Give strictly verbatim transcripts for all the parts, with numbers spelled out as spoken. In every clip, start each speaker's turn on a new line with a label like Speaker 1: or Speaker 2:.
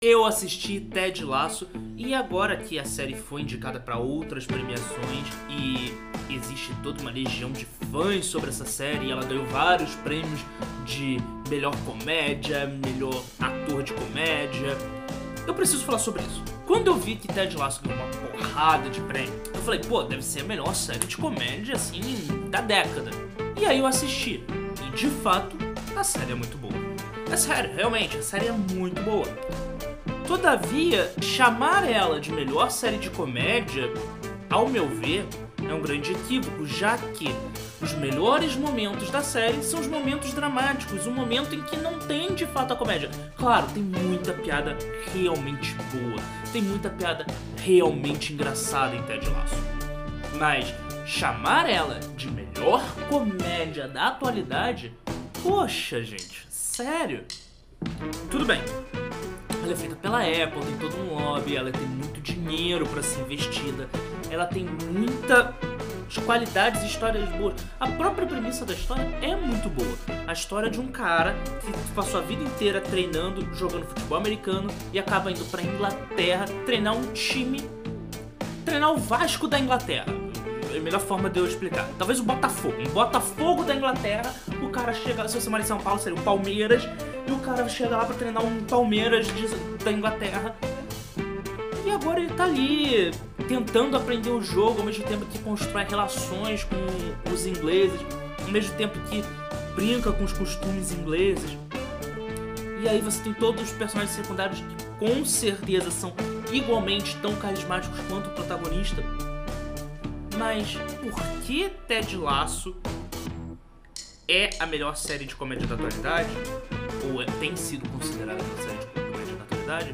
Speaker 1: Eu assisti Ted Lasso e agora que a série foi indicada para outras premiações e existe toda uma legião de fãs sobre essa série, e ela ganhou vários prêmios de melhor comédia, melhor ator de comédia, eu preciso falar sobre isso. Quando eu vi que Ted Lasso ganhou uma porrada de prêmio, eu falei, pô, deve ser a melhor série de comédia, assim, da década. E aí eu assisti, e de fato, a série é muito boa. É sério, realmente, a série é muito boa. Todavia, chamar ela de melhor série de comédia, ao meu ver, é um grande equívoco, já que os melhores momentos da série são os momentos dramáticos, o momento em que não tem de fato a comédia. Claro, tem muita piada realmente boa, tem muita piada realmente engraçada em Ted Lasso. Mas chamar ela de melhor comédia da atualidade, poxa gente, sério? Tudo bem. Ela é feita pela Apple, tem todo um lobby, ela tem muito dinheiro pra ser investida, ela tem muitas qualidades e histórias boas. A própria premissa da história é muito boa. A história de um cara que passou a vida inteira treinando, jogando futebol americano e acaba indo pra Inglaterra treinar um time, treinar o Vasco da Inglaterra. É a melhor forma de eu explicar. Talvez o Botafogo. Um Botafogo da Inglaterra, o cara chega, se você mora em São Paulo, seria o Palmeiras, e o cara chega lá pra treinar um Palmeiras de, da Inglaterra. E agora ele tá ali, tentando aprender o jogo, ao mesmo tempo que constrói relações com os ingleses, ao mesmo tempo que brinca com os costumes ingleses. E aí você tem todos os personagens secundários que com certeza são igualmente tão carismáticos quanto o protagonista. Mas por que Ted Lasso é a melhor série de comédia da atualidade? Ou é, tem sido considerada a melhor série de comédia da atualidade?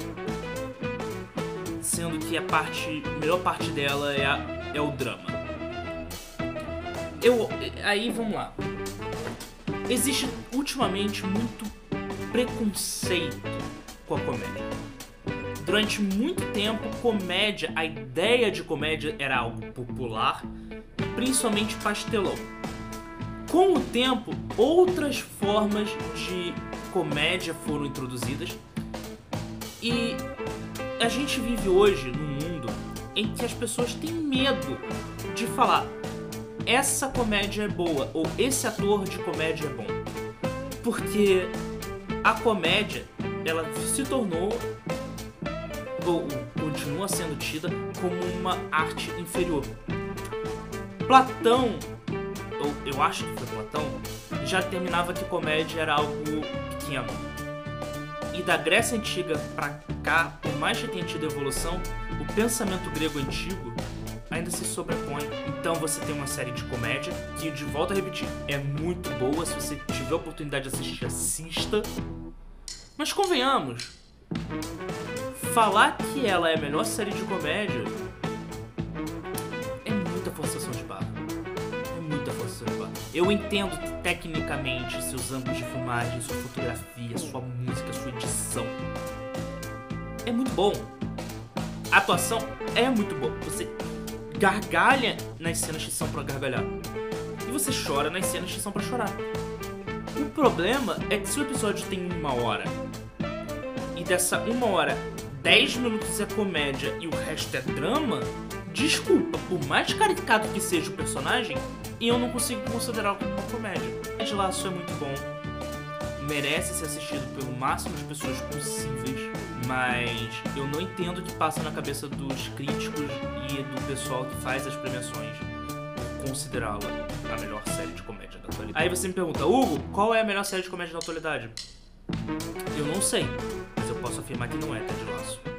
Speaker 1: Sendo que a parte, a melhor parte dela é, a, é o drama. Eu, aí vamos lá. Existe ultimamente muito preconceito com a comédia. Durante muito tempo, comédia, a ideia de comédia era algo popular, principalmente pastelão. Com o tempo, outras formas de comédia foram introduzidas e a gente vive hoje num mundo em que as pessoas têm medo de falar essa comédia é boa ou esse ator de comédia é bom. Porque a comédia, ela se tornou ou continua sendo tida como uma arte inferior. Platão, ou eu acho que foi Platão, já determinava que comédia era algo pequeno. E da Grécia Antiga pra cá, por mais que tenha tido evolução, o pensamento grego antigo ainda se sobrepõe. Então você tem uma série de comédia que, de volta a repetir, é muito boa. Se você tiver a oportunidade de assistir, assista. Mas convenhamos, falar que ela é a melhor série de comédia é muita forçação de barra. É muita forçação de barra. Eu entendo que, tecnicamente, seus ângulos de filmagem, sua fotografia, sua música, sua edição é muito bom. A atuação é muito boa. Você gargalha nas cenas que são pra gargalhar. E você chora nas cenas que são pra chorar. O problema é que se o episódio tem uma hora e dessa uma hora dez minutos é comédia e o resto é drama, desculpa, por mais caricato que seja o personagem, eu não consigo considerar como uma comédia. Ted Lasso é muito bom, merece ser assistido pelo máximo de pessoas possíveis, mas eu não entendo o que passa na cabeça dos críticos e do pessoal que faz as premiações considerá-la a melhor série de comédia da atualidade. Aí você me pergunta, Hugo, qual é a melhor série de comédia da atualidade? Eu não sei, mas eu posso afirmar que não é Ted Lasso.